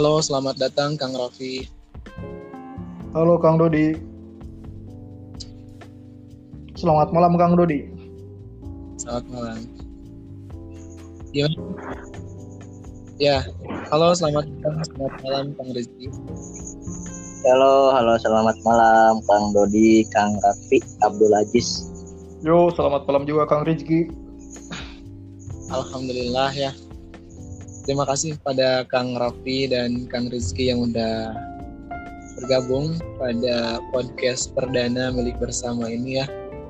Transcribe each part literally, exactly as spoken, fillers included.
Halo, selamat datang Kang Raffi. Halo Kang Dodi. Selamat malam Kang Dodi. Selamat malam. Gimana? Ya, halo, selamat datang, selamat malam Kang Rizky. Halo, halo, selamat malam Kang Dodi, Kang Raffi, Abdul Aziz. Yo, selamat malam juga Kang Rizky. Alhamdulillah ya. Terima kasih pada Kang Raffi dan Kang Rizky yang udah bergabung pada podcast perdana milik bersama ini ya.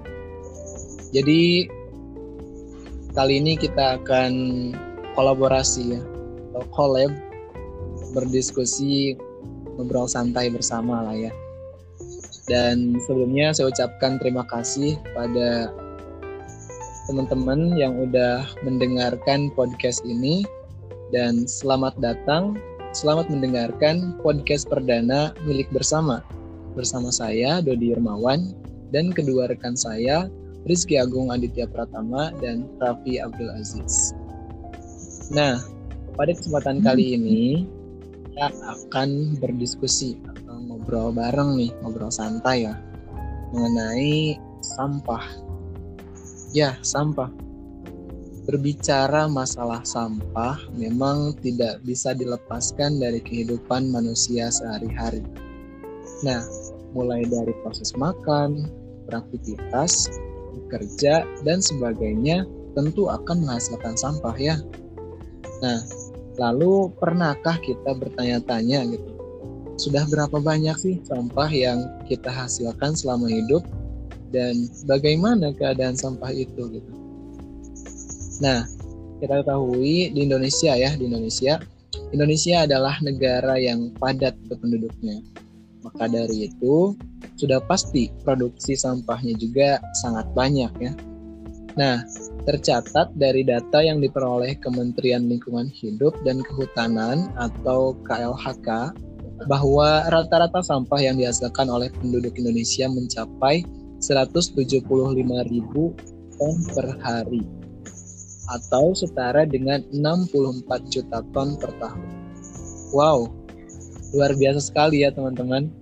Jadi kali ini kita akan kolaborasi ya, atau collab, berdiskusi, ngobrol santai bersama lah ya. Dan sebelumnya saya ucapkan terima kasih pada teman-teman yang udah mendengarkan podcast ini. Dan selamat datang, selamat mendengarkan podcast perdana milik bersama. Bersama saya, Dodi Irmawan, dan kedua rekan saya, Rizky Agung Aditya Pratama dan Raffi Abdul Aziz. Nah, pada kesempatan kali ini, kita akan berdiskusi atau ngobrol bareng nih, ngobrol santai ya, mengenai sampah. Ya, sampah. Berbicara masalah sampah memang tidak bisa dilepaskan dari kehidupan manusia sehari-hari. Nah, mulai dari proses makan, beraktivitas, bekerja, dan sebagainya tentu akan menghasilkan sampah ya. Nah, lalu pernahkah kita bertanya-tanya gitu, sudah berapa banyak sih sampah yang kita hasilkan selama hidup dan bagaimana keadaan sampah itu gitu. Nah, kita ketahui di Indonesia ya, di Indonesia, Indonesia adalah negara yang padat penduduknya. Maka dari itu, sudah pasti produksi sampahnya juga sangat banyak ya. Nah, tercatat dari data yang diperoleh Kementerian Lingkungan Hidup dan Kehutanan atau K L H K, bahwa rata-rata sampah yang dihasilkan oleh penduduk Indonesia mencapai seratus tujuh puluh lima ribu ton per hari, atau setara dengan enam puluh empat juta ton per tahun. Wow, luar biasa sekali ya teman-teman.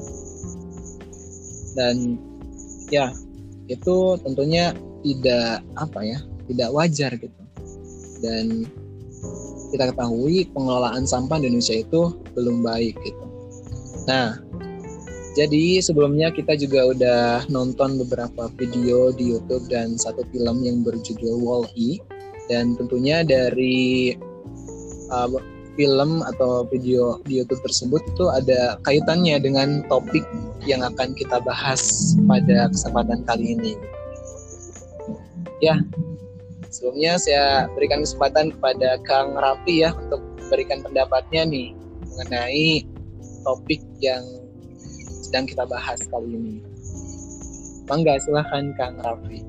Dan ya, itu tentunya tidak apa ya, tidak wajar gitu. Dan kita ketahui pengelolaan sampah di Indonesia itu belum baik gitu. Nah, jadi sebelumnya kita juga udah nonton beberapa video di YouTube dan satu film yang berjudul Wall-E. Dan tentunya dari uh, film atau video di YouTube tersebut itu ada kaitannya dengan topik yang akan kita bahas pada kesempatan kali ini. Ya, sebelumnya saya berikan kesempatan kepada Kang Raffi ya untuk berikan pendapatnya nih mengenai topik yang sedang kita bahas kali ini. Mangga, silahkan Kang Raffi.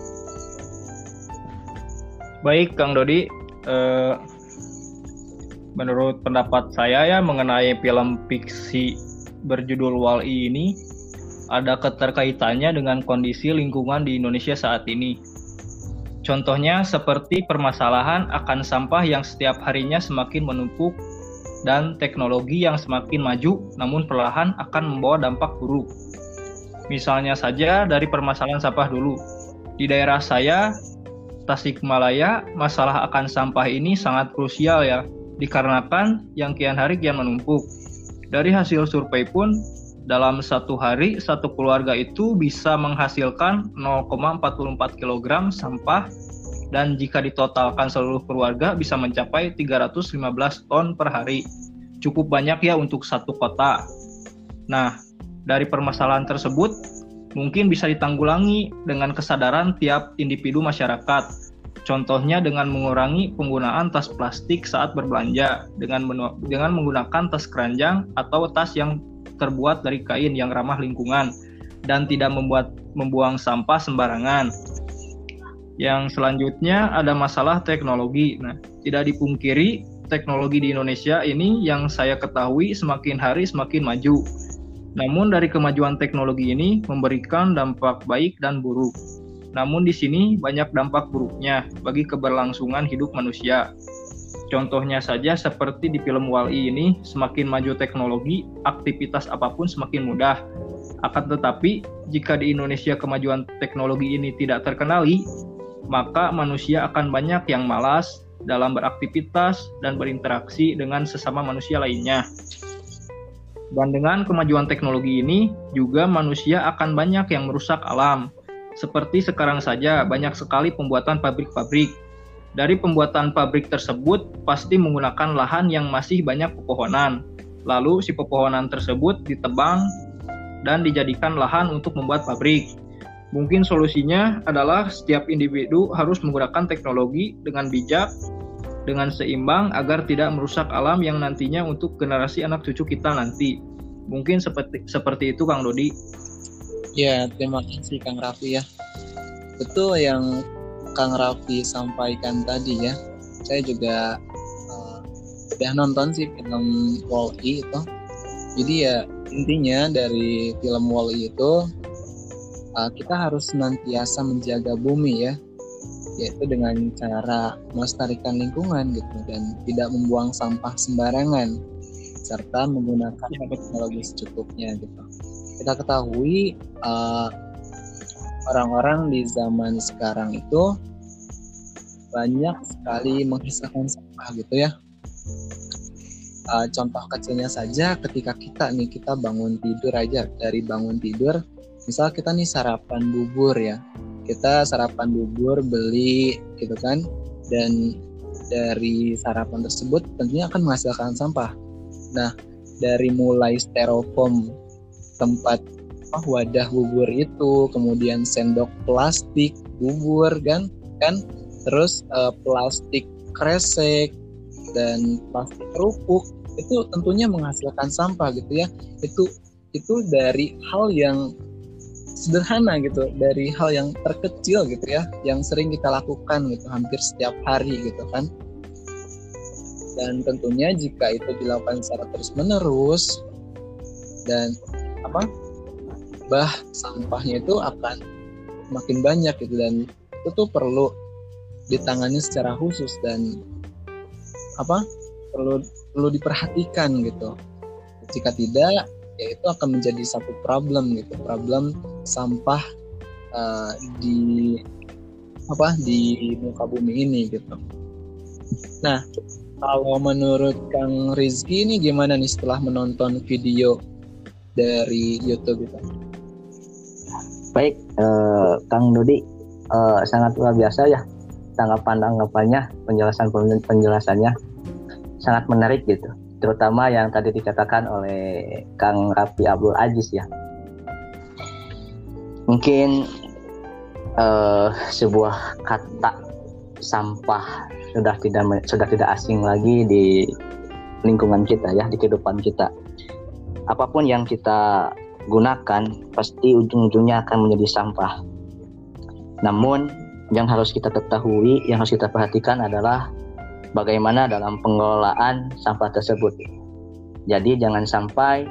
Baik, Kang Dodi. Eh, menurut pendapat saya ya mengenai film fiksi berjudul Wall-E ini ada keterkaitannya dengan kondisi lingkungan di Indonesia saat ini. Contohnya seperti permasalahan akan sampah yang setiap harinya semakin menumpuk dan teknologi yang semakin maju namun perlahan akan membawa dampak buruk. Misalnya saja dari permasalahan sampah dulu. Di daerah saya, Tasikmalaya, masalah akan sampah ini sangat krusial ya, dikarenakan yang kian hari kian menumpuk. Dari hasil survei pun, dalam satu hari, satu keluarga itu bisa menghasilkan nol koma empat empat kilogram sampah, dan jika ditotalkan seluruh keluarga bisa mencapai tiga ratus lima belas ton per hari. Cukup banyak ya untuk satu kota. Nah, dari permasalahan tersebut, mungkin bisa ditanggulangi dengan kesadaran tiap individu masyarakat. Contohnya dengan mengurangi penggunaan tas plastik saat berbelanja, dengan menu- dengan menggunakan tas keranjang atau tas yang terbuat dari kain yang ramah lingkungan, dan tidak membuat membuang sampah sembarangan. Yang selanjutnya ada masalah teknologi. Nah, tidak dipungkiri teknologi di Indonesia ini yang saya ketahui semakin hari semakin maju. Namun dari kemajuan teknologi ini memberikan dampak baik dan buruk. Namun di sini banyak dampak buruknya bagi keberlangsungan hidup manusia. Contohnya saja seperti di film Wall-E ini, semakin maju teknologi, aktivitas apapun semakin mudah. Akan tetapi, jika di Indonesia kemajuan teknologi ini tidak terkenali, maka manusia akan banyak yang malas dalam beraktivitas dan berinteraksi dengan sesama manusia lainnya. Dan dengan kemajuan teknologi ini, juga manusia akan banyak yang merusak alam. Seperti sekarang saja, banyak sekali pembuatan pabrik-pabrik. Dari pembuatan pabrik tersebut, pasti menggunakan lahan yang masih banyak pepohonan. Lalu, si pepohonan tersebut ditebang dan dijadikan lahan untuk membuat pabrik. Mungkin solusinya adalah setiap individu harus menggunakan teknologi dengan bijak, dengan seimbang agar tidak merusak alam yang nantinya untuk generasi anak cucu kita nanti. Mungkin seperti seperti itu Kang Dodi. Ya, terima kasih Kang Raffi ya. Betul yang Kang Raffi sampaikan tadi ya. Saya juga uh, udah nonton sih film Wall-E itu. Jadi ya intinya dari film Wall-E itu uh, kita harus senantiasa menjaga bumi ya, yaitu dengan cara melestarikan lingkungan gitu dan tidak membuang sampah sembarangan serta menggunakan teknologi secukupnya gitu. Kita ketahui uh, orang-orang di zaman sekarang itu banyak sekali menghisapkan sampah gitu ya. Uh, contoh kecilnya saja ketika kita nih kita bangun tidur aja, dari bangun tidur misal kita nih sarapan bubur ya, kita sarapan bubur beli gitu kan, dan dari sarapan tersebut tentunya akan menghasilkan sampah. Nah, dari mulai styrofoam tempat oh, wadah bubur itu, kemudian sendok plastik bubur kan, kan, terus uh, plastik kresek dan plastik kerupuk itu tentunya menghasilkan sampah gitu ya. Itu itu dari hal yang sederhana gitu, dari hal yang terkecil gitu ya, yang sering kita lakukan gitu hampir setiap hari gitu kan. Dan tentunya jika itu dilakukan secara terus-menerus dan apa bah sampahnya itu akan makin banyak gitu, dan itu tuh perlu ditangani secara khusus dan apa perlu perlu diperhatikan gitu. Jika tidak, ya itu akan menjadi satu problem gitu, problem sampah uh, di apa di muka bumi ini gitu. Nah, kalau menurut Kang Rizky ini gimana nih setelah menonton video dari YouTube itu? Baik, eh, Kang Dodi, eh, sangat luar biasa ya tanggapan-tanggapannya, penjelasan-penjelasannya sangat menarik gitu. Terutama yang tadi dikatakan oleh Kang Raffi Abdul Aziz ya. Mungkin eh, sebuah kata sampah sudah tidak sudah tidak asing lagi di lingkungan kita ya, di kehidupan kita. Apapun yang kita gunakan pasti ujung-ujungnya akan menjadi sampah. Namun yang harus kita ketahui, yang harus kita perhatikan adalah bagaimana dalam pengelolaan sampah tersebut. Jadi jangan sampai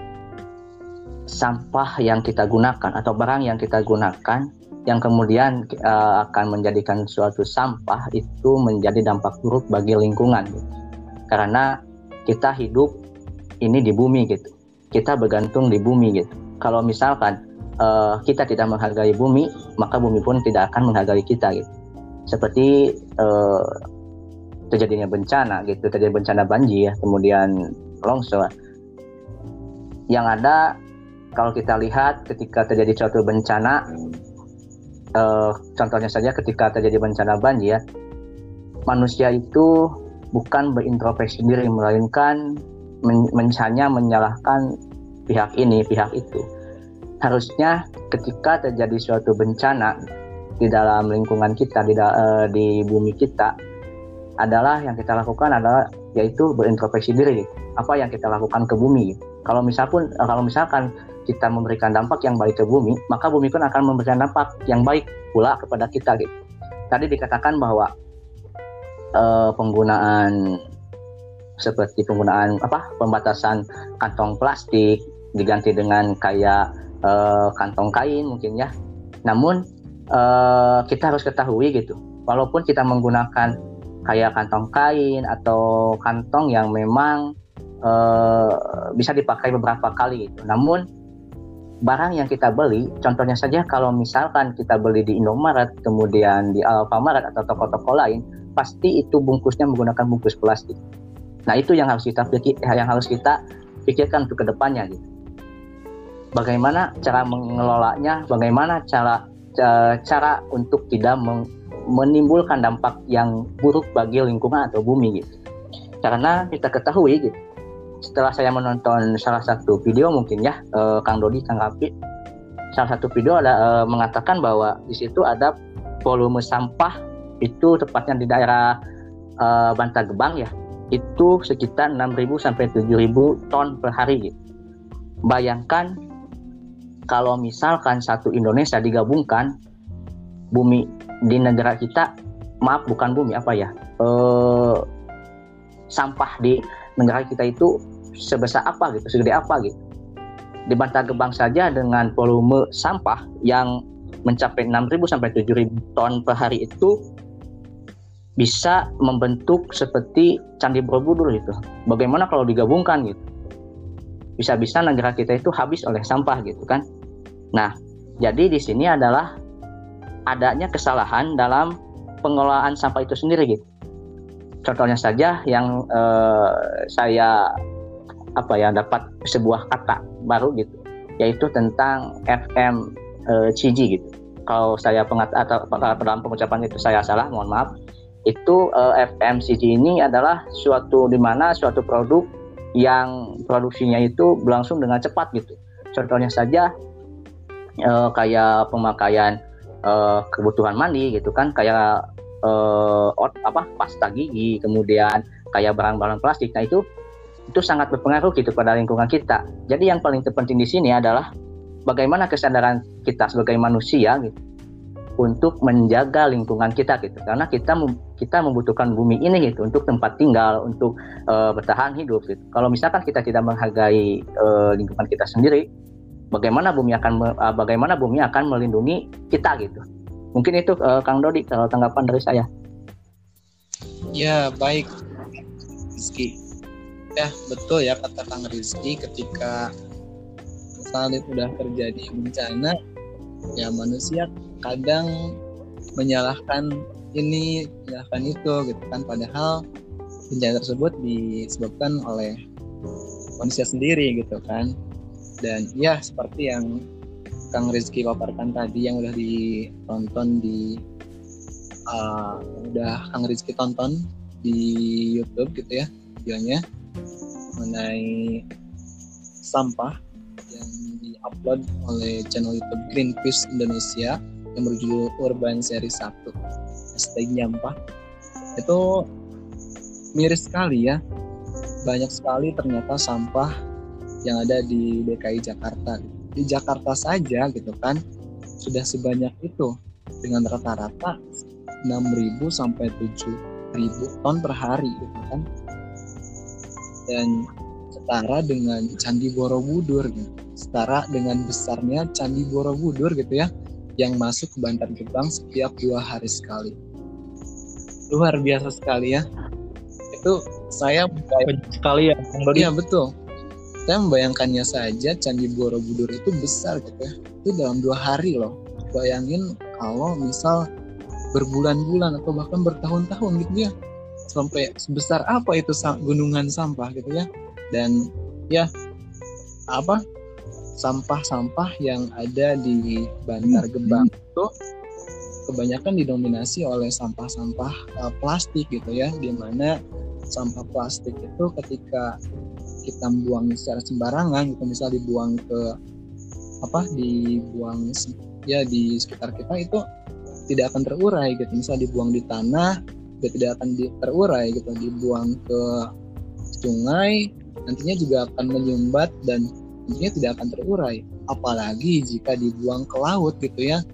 sampah yang kita gunakan atau barang yang kita gunakan yang kemudian uh, akan menjadikan suatu sampah itu menjadi dampak buruk bagi lingkungan. Karena kita hidup ini di bumi gitu. Kita bergantung di bumi gitu. Kalau misalkan uh, kita tidak menghargai bumi, maka bumi pun tidak akan menghargai kita gitu. Seperti uh, terjadinya bencana gitu, terjadi bencana banjir, kemudian longsor. Yang ada kalau kita lihat ketika terjadi suatu bencana, uh, contohnya saja ketika terjadi bencana banjir, manusia itu bukan berintrospeksi diri, melainkan men- hanya menyalahkan pihak ini, pihak itu. Harusnya ketika terjadi suatu bencana di dalam lingkungan kita, di, uh, di bumi kita, adalah yang kita lakukan adalah yaitu berintrospeksi diri. Apa yang kita lakukan ke bumi? Kalau misalkan kalau misalkan kita memberikan dampak yang baik ke bumi, maka bumi pun akan memberikan dampak yang baik pula kepada kita gitu. Tadi dikatakan bahwa uh, penggunaan seperti penggunaan apa pembatasan kantong plastik diganti dengan kayak uh, kantong kain mungkin ya. Namun uh, kita harus ketahui gitu, walaupun kita menggunakan kayak kantong kain atau kantong yang memang uh, bisa dipakai beberapa kali gitu. Namun barang yang kita beli, contohnya saja kalau misalkan kita beli di Indomaret, kemudian di Alfamart atau toko-toko lain, pasti itu bungkusnya menggunakan bungkus plastik. Nah, itu yang harus kita pikir, yang harus kita pikirkan untuk kedepannya gitu. Bagaimana cara mengelolanya, bagaimana cara cara untuk tidak menimbulkan dampak yang buruk bagi lingkungan atau bumi gitu. Karena kita ketahui gitu, setelah saya menonton salah satu video mungkin ya, eh, Kang Dodi, Kang Rafi, salah satu video ada eh, mengatakan bahwa di situ ada volume sampah itu tepatnya di daerah eh, Bantar Gebang ya, itu sekitar enam ribu sampai tujuh ribu ton per hari gitu. Bayangkan kalau misalkan satu Indonesia digabungkan, bumi di negara kita, maaf bukan bumi apa ya, eh, sampah di negara kita itu sebesar apa gitu, segede apa gitu. Di Bantar Gebang saja dengan volume sampah yang mencapai enam ribu sampai tujuh ribu ton per hari itu bisa membentuk seperti Candi Borobudur gitu. Bagaimana kalau digabungkan gitu? Bisa-bisa negara kita itu habis oleh sampah gitu kan. Nah, jadi di sini adalah adanya kesalahan dalam pengelolaan sampah itu sendiri gitu. Contohnya saja yang eh, saya apa ya dapat sebuah kata baru gitu, yaitu tentang F M C G gitu. Kalau saya pengat atau dalam pengucapan itu saya salah, mohon maaf. Itu eh, F M C G ini adalah suatu di mana suatu produk yang produksinya itu berlangsung dengan cepat gitu. Contohnya saja eh, kayak pemakaian eh, kebutuhan mandi gitu kan, kayak eh, apa pasta gigi, kemudian kayak barang-barang plastik. Nah itu itu sangat berpengaruh gitu pada lingkungan kita. Jadi yang paling terpenting di sini adalah bagaimana kesadaran kita sebagai manusia gitu untuk menjaga lingkungan kita gitu. Karena kita kita membutuhkan bumi ini gitu untuk tempat tinggal, untuk uh, bertahan hidup gitu. Kalau misalkan kita tidak menghargai uh, lingkungan kita sendiri, bagaimana bumi akan uh, bagaimana bumi akan melindungi kita gitu. Mungkin itu uh, Kang Dodi kalau tanggapan dari saya. Ya, baik Rizky. Ya, betul ya kata Kang Rizky, ketika misalnya sudah terjadi bencana, ya manusia kadang menyalahkan ini, menyalahkan itu gitu kan, padahal bencana tersebut disebabkan oleh manusia sendiri gitu kan. Dan ya seperti yang Kang Rizky paparkan tadi, yang udah ditonton di uh, udah Kang Rizky tonton di YouTube gitu ya videonya mengenai sampah yang diupload oleh channel YouTube Greenpeace Indonesia yang berjudul Urban Seri satu hashtag nyampah. Itu miris sekali ya, banyak sekali ternyata sampah yang ada di D K I Jakarta. Di Jakarta saja gitu kan sudah sebanyak itu, dengan rata-rata enam ribu sampai tujuh ribu ton per hari gitu kan. Dan setara dengan Candi Borobudur gitu. Setara dengan besarnya Candi Borobudur gitu ya, yang masuk ke Bantar Gebang setiap dua hari sekali. Luar biasa sekali ya. Itu saya sekali ya, iya betul. Saya membayangkannya saja Candi Borobudur itu besar gitu ya. Itu dalam dua hari loh. Bayangin kalau misal berbulan-bulan atau bahkan bertahun-tahun gitu ya. Sampai sebesar apa itu gunungan sampah gitu ya. Dan ya apa sampah-sampah yang ada di Bantar Gebang itu kebanyakan didominasi oleh sampah-sampah uh, plastik gitu ya, di mana sampah plastik itu ketika kita buang secara sembarangan gitu, misal dibuang ke apa dibuang ya di sekitar kita, itu tidak akan terurai gitu. Misal dibuang di tanah juga tidak akan terurai gitu, dibuang ke sungai nantinya juga akan menyumbat dan tentunya tidak akan terurai, apalagi jika dibuang ke laut gitu ya.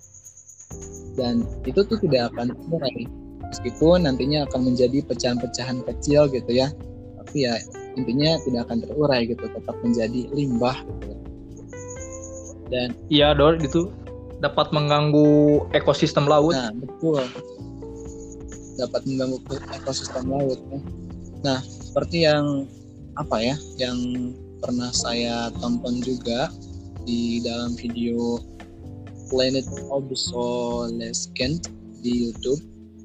Dan itu tuh tidak akan terurai, meskipun nantinya akan menjadi pecahan-pecahan kecil gitu ya, tapi ya intinya tidak akan terurai gitu, tetap menjadi limbah gitu. Dan iya Dor, itu dapat mengganggu ekosistem laut. Nah betul. dapat mengganggu ekosistem laut ya. Nah, seperti yang apa ya, yang pernah saya tonton juga di dalam video Planet Obsolescence di YouTube,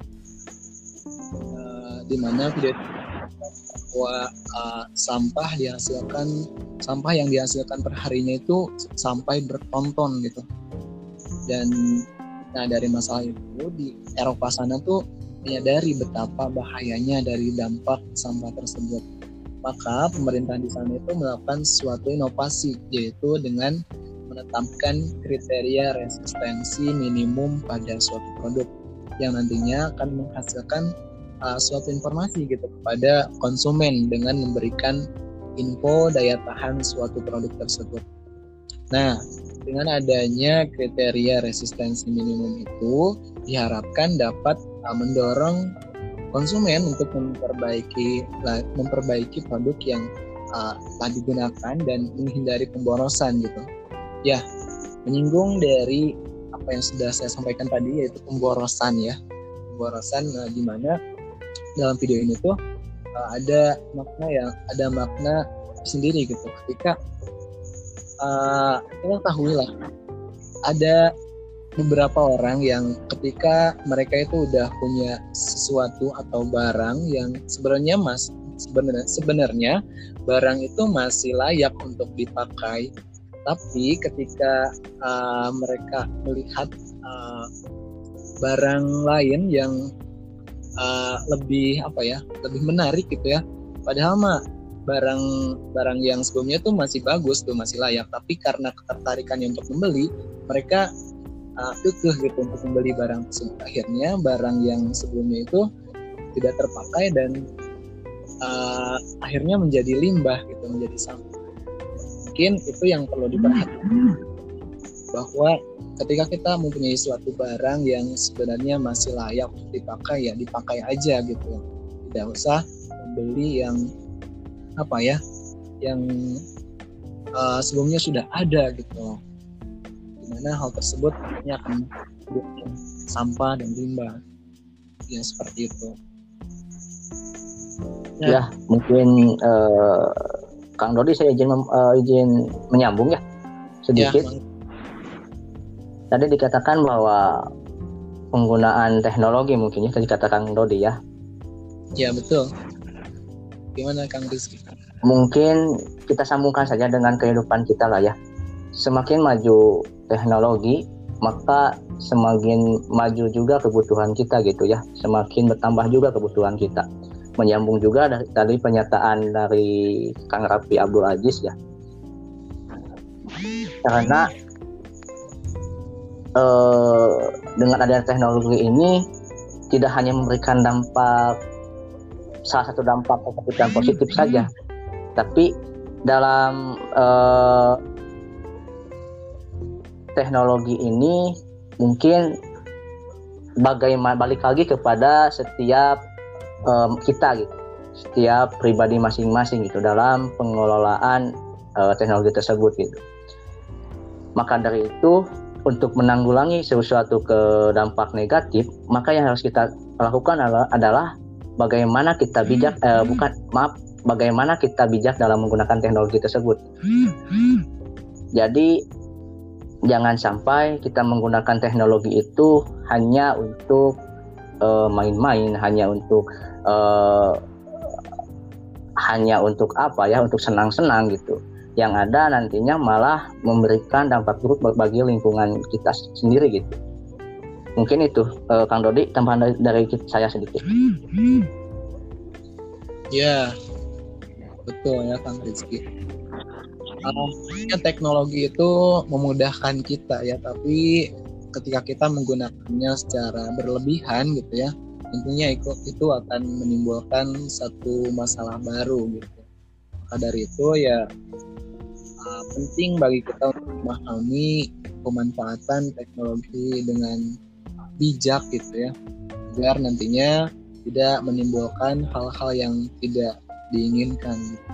uh, di mana video bahwa uh, sampah dihasilkan sampah yang dihasilkan per harinya itu sampai bertonton gitu. Dan nah dari masalah itu di Eropa sana tuh menyadari betapa bahayanya dari dampak sampah tersebut. Maka pemerintah di sana itu melakukan suatu inovasi, yaitu dengan menetapkan kriteria resistensi minimum pada suatu produk yang nantinya akan menghasilkan uh, suatu informasi gitu kepada konsumen dengan memberikan info daya tahan suatu produk tersebut. Nah, dengan adanya kriteria resistensi minimum itu diharapkan dapat uh, mendorong konsumen untuk memperbaiki memperbaiki produk yang uh, telah digunakan dan menghindari pemborosan gitu. Ya, menyinggung dari apa yang sudah saya sampaikan tadi, yaitu pemborosan ya. Pemborosan uh, di mana dalam video ini tuh uh, ada makna yang ada makna sendiri gitu. Ketika uh, kita ketahui lah ada beberapa orang yang ketika mereka itu udah punya sesuatu atau barang yang sebenarnya mas sebenarnya sebenarnya barang itu masih layak untuk dipakai, tapi ketika uh, mereka melihat uh, barang lain yang uh, lebih apa ya lebih menarik gitu ya, padahal mah barang barang yang sebelumnya itu masih bagus tuh, masih layak, tapi karena ketertarikannya untuk membeli, mereka Uh, kekeh gitu untuk membeli barang tersebut. Akhirnya barang yang sebelumnya itu tidak terpakai dan uh, akhirnya menjadi limbah gitu, menjadi sampah. Mungkin itu yang perlu diperhatikan, bahwa ketika kita mempunyai suatu barang yang sebenarnya masih layak untuk dipakai, ya dipakai aja gitu, tidak usah membeli yang apa ya yang uh, sebelumnya sudah ada gitu, dimana hal tersebut hanya akan menimbulkan sampah dan limbah ya, seperti itu ya, ya mungkin uh, Kang Dodi saya izin mem, uh, izin menyambung ya sedikit ya. Tadi dikatakan bahwa penggunaan teknologi mungkin ya, tadi kata Kang Dodi ya ya betul. Gimana Kang Rizky? Mungkin kita sambungkan saja dengan kehidupan kita lah ya. Semakin maju teknologi, maka semakin maju juga kebutuhan kita gitu ya. Semakin bertambah juga kebutuhan kita. Menyambung juga dari, dari pernyataan dari Kang Raffi Abdul Aziz ya. Karena eh, dengan adanya teknologi ini tidak hanya memberikan dampak, salah satu dampak yang positif saja, tapi dalam eh, teknologi ini mungkin bagaimana balik lagi kepada setiap um, kita gitu, setiap pribadi masing-masing gitu dalam pengelolaan uh, teknologi tersebut gitu. Maka dari itu untuk menanggulangi sesuatu ke dampak negatif, maka yang harus kita lakukan adalah, adalah bagaimana kita bijak uh, bukan maaf bagaimana kita bijak dalam menggunakan teknologi tersebut. Jadi jangan sampai kita menggunakan teknologi itu hanya untuk uh, main-main, hanya untuk uh, hanya untuk apa ya, untuk senang-senang gitu. Yang ada nantinya malah memberikan dampak buruk bagi lingkungan kita sendiri gitu. Mungkin itu uh, Kang Dodi, tambahan dari, dari saya sedikit. Ya, betul ya Kang Rizky. Uh, teknologi itu memudahkan kita ya, tapi ketika kita menggunakannya secara berlebihan gitu ya, tentunya itu, itu akan menimbulkan satu masalah baru gitu. Maka dari itu ya uh, penting bagi kita untuk memahami pemanfaatan teknologi dengan bijak gitu ya, agar nantinya tidak menimbulkan hal-hal yang tidak diinginkan gitu.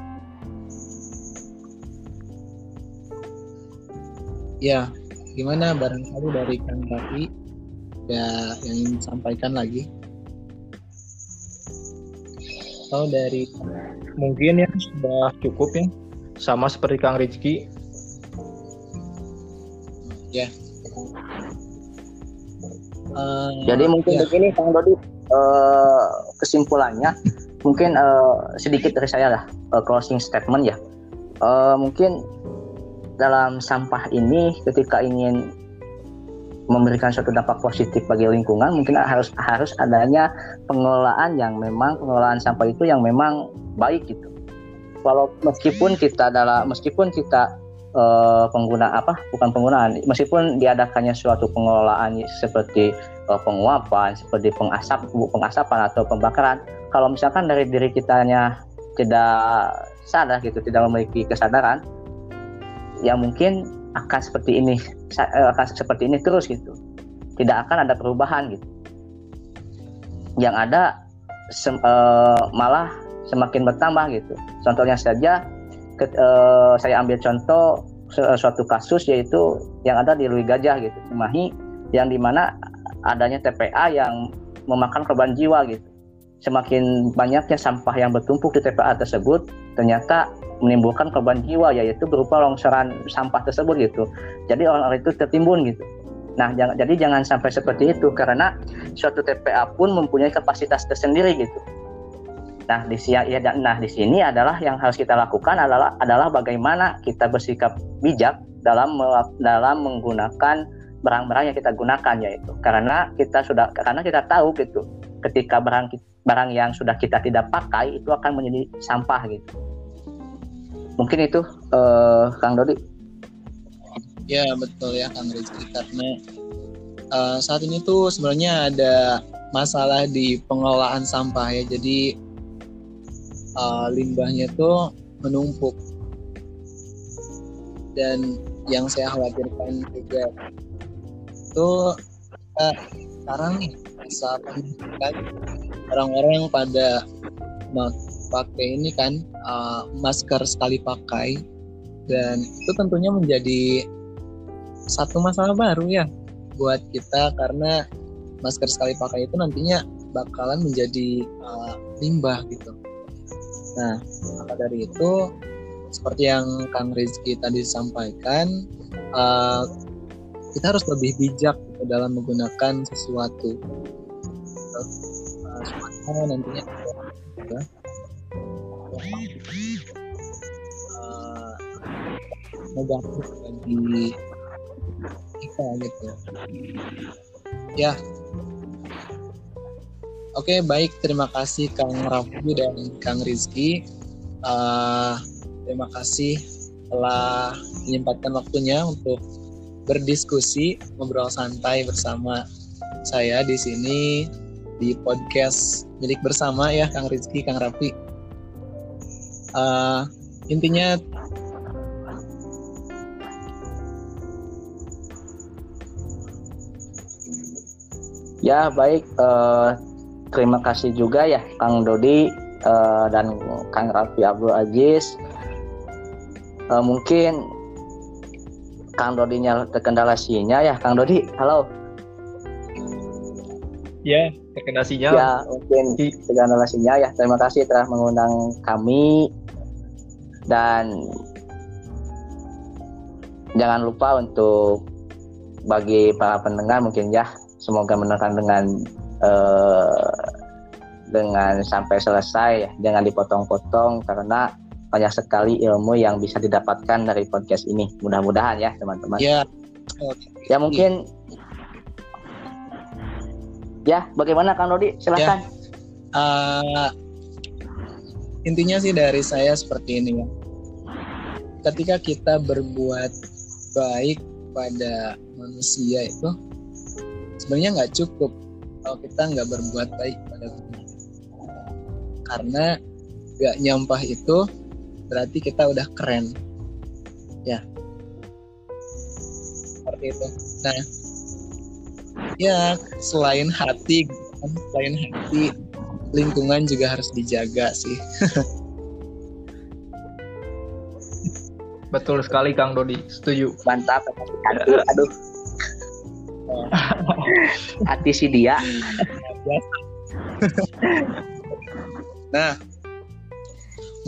Ya, gimana barangkali dari Kang Raffi ya yang ingin disampaikan lagi? atau dari Mungkin ya sudah cukup ya. Sama seperti Kang Rizky. ya uh, Jadi mungkin ya. begini Kang Dodi, uh, kesimpulannya mungkin uh, sedikit dari saya lah, uh, closing statement ya. Uh, mungkin dalam sampah ini ketika ingin memberikan suatu dampak positif bagi lingkungan, mungkin harus harus adanya pengelolaan yang memang pengelolaan sampah itu yang memang baik gitu. Walau meskipun kita adalah meskipun kita uh, pengguna apa bukan penggunaan, meskipun diadakannya suatu pengelolaan seperti uh, penguapan, seperti pengasap pengasapan atau pembakaran, kalau misalkan dari diri kitanya tidak sadar gitu, tidak memiliki kesadaran, ya mungkin akan seperti ini akan seperti ini terus gitu, tidak akan ada perubahan gitu. Yang ada sem, uh, malah semakin bertambah gitu. Contohnya saja ke, uh, saya ambil contoh suatu kasus yaitu yang ada di Lui Gajah gitu, Cimahi, yang dimana adanya T P A yang memakan korban jiwa gitu. Semakin banyaknya sampah yang bertumpuk di T P A tersebut ternyata menimbulkan korban jiwa, yaitu berupa longsoran sampah tersebut gitu. Jadi orang-orang itu tertimbun gitu. Nah, jangan, jadi jangan sampai seperti itu, karena suatu T P A pun mempunyai kapasitas tersendiri gitu. Nah, di sini ya, nah di sini adalah yang harus kita lakukan adalah adalah bagaimana kita bersikap bijak dalam dalam menggunakan barang-barang yang kita gunakan, yaitu karena kita sudah karena kita tahu gitu, ketika barang barang yang sudah kita tidak pakai itu akan menjadi sampah gitu. Mungkin itu uh, Kang Dodi. Ya betul ya Kang Rizky, karena uh, saat ini tuh sebenarnya ada masalah di pengelolaan sampah ya. Jadi uh, limbahnya tuh menumpuk, dan yang saya khawatirkan juga itu uh, sekarang nih masa pendidikan, orang-orang pada pakai ini kan uh, masker sekali pakai, dan itu tentunya menjadi satu masalah baru ya buat kita, karena masker sekali pakai itu nantinya bakalan menjadi uh, limbah gitu. Nah, maka dari itu seperti yang Kang Rizky tadi sampaikan, uh, kita harus lebih bijak gitu dalam menggunakan sesuatu. Uh, semuanya nantinya ya. Uh, negatif bagi kita gitu ya. Oke, baik, terima kasih Kang Raffi dan Kang Rizky. Uh, terima kasih telah menyempatkan waktunya untuk berdiskusi, ngobrol santai bersama saya di sini di podcast milik bersama ya Kang Rizky, Kang Raffi. Uh, intinya ya baik, uh, terima kasih juga ya Kang Dodi uh, dan Kang Raffi Abdul Aziz. Uh, mungkin Kang Dodinya terkendala sinyal ya. Kang Dodi, halo. Ya, terkena sinyal. Ya, mungkin terkendala sinyal ya. Terima kasih telah mengundang kami, dan jangan lupa untuk bagi para pendengar mungkin ya, semoga mendengarkan dengan uh, dengan sampai selesai ya. Jangan dipotong-potong, karena banyak sekali ilmu yang bisa didapatkan dari podcast ini. Mudah-mudahan ya teman-teman. ya Ya mungkin ya, bagaimana Kang Dodi? Silakan. Ya. Uh, intinya sih dari saya seperti ini ya. Ketika kita berbuat baik pada manusia itu sebenarnya nggak cukup kalau kita nggak berbuat baik pada dunia. Karena nggak nyampah itu berarti kita udah keren ya, seperti itu. Nah ya, selain hati selain hati lingkungan juga harus dijaga sih. Betul sekali Kang Dodi, setuju. Mantap. Aduh, aduh. Hati si dia. Nah,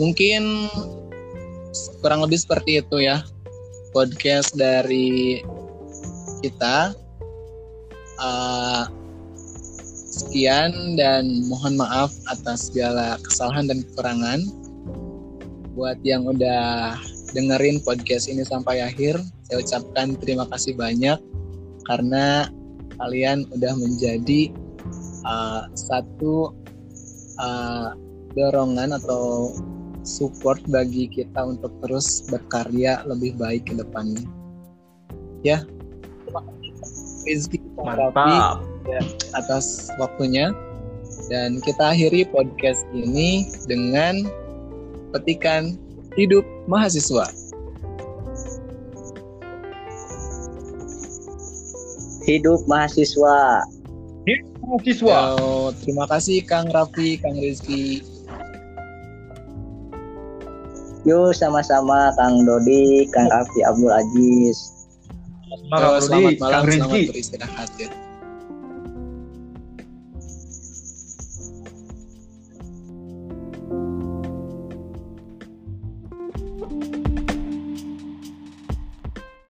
mungkin kurang lebih seperti itu ya podcast dari kita. Uh, sekian dan mohon maaf atas segala kesalahan dan kekurangan. Buat yang udah dengerin podcast ini sampai akhir, saya ucapkan terima kasih banyak karena kalian udah menjadi uh, satu uh, dorongan atau support bagi kita untuk terus berkarya lebih baik ke depannya. Ya, terima kasih Rizky Mantap ya, atas waktunya, dan kita akhiri podcast ini dengan petikan hidup mahasiswa. Hidup mahasiswa. Hidup mahasiswa. So, terima kasih Kang Raffi, Kang Rizky. Yuk sama-sama Kang Dodi, Kang Raffi Abdul Aziz. Kang So, Dodi, selamat malam, Kang selamat Rizky. beristirahat ya.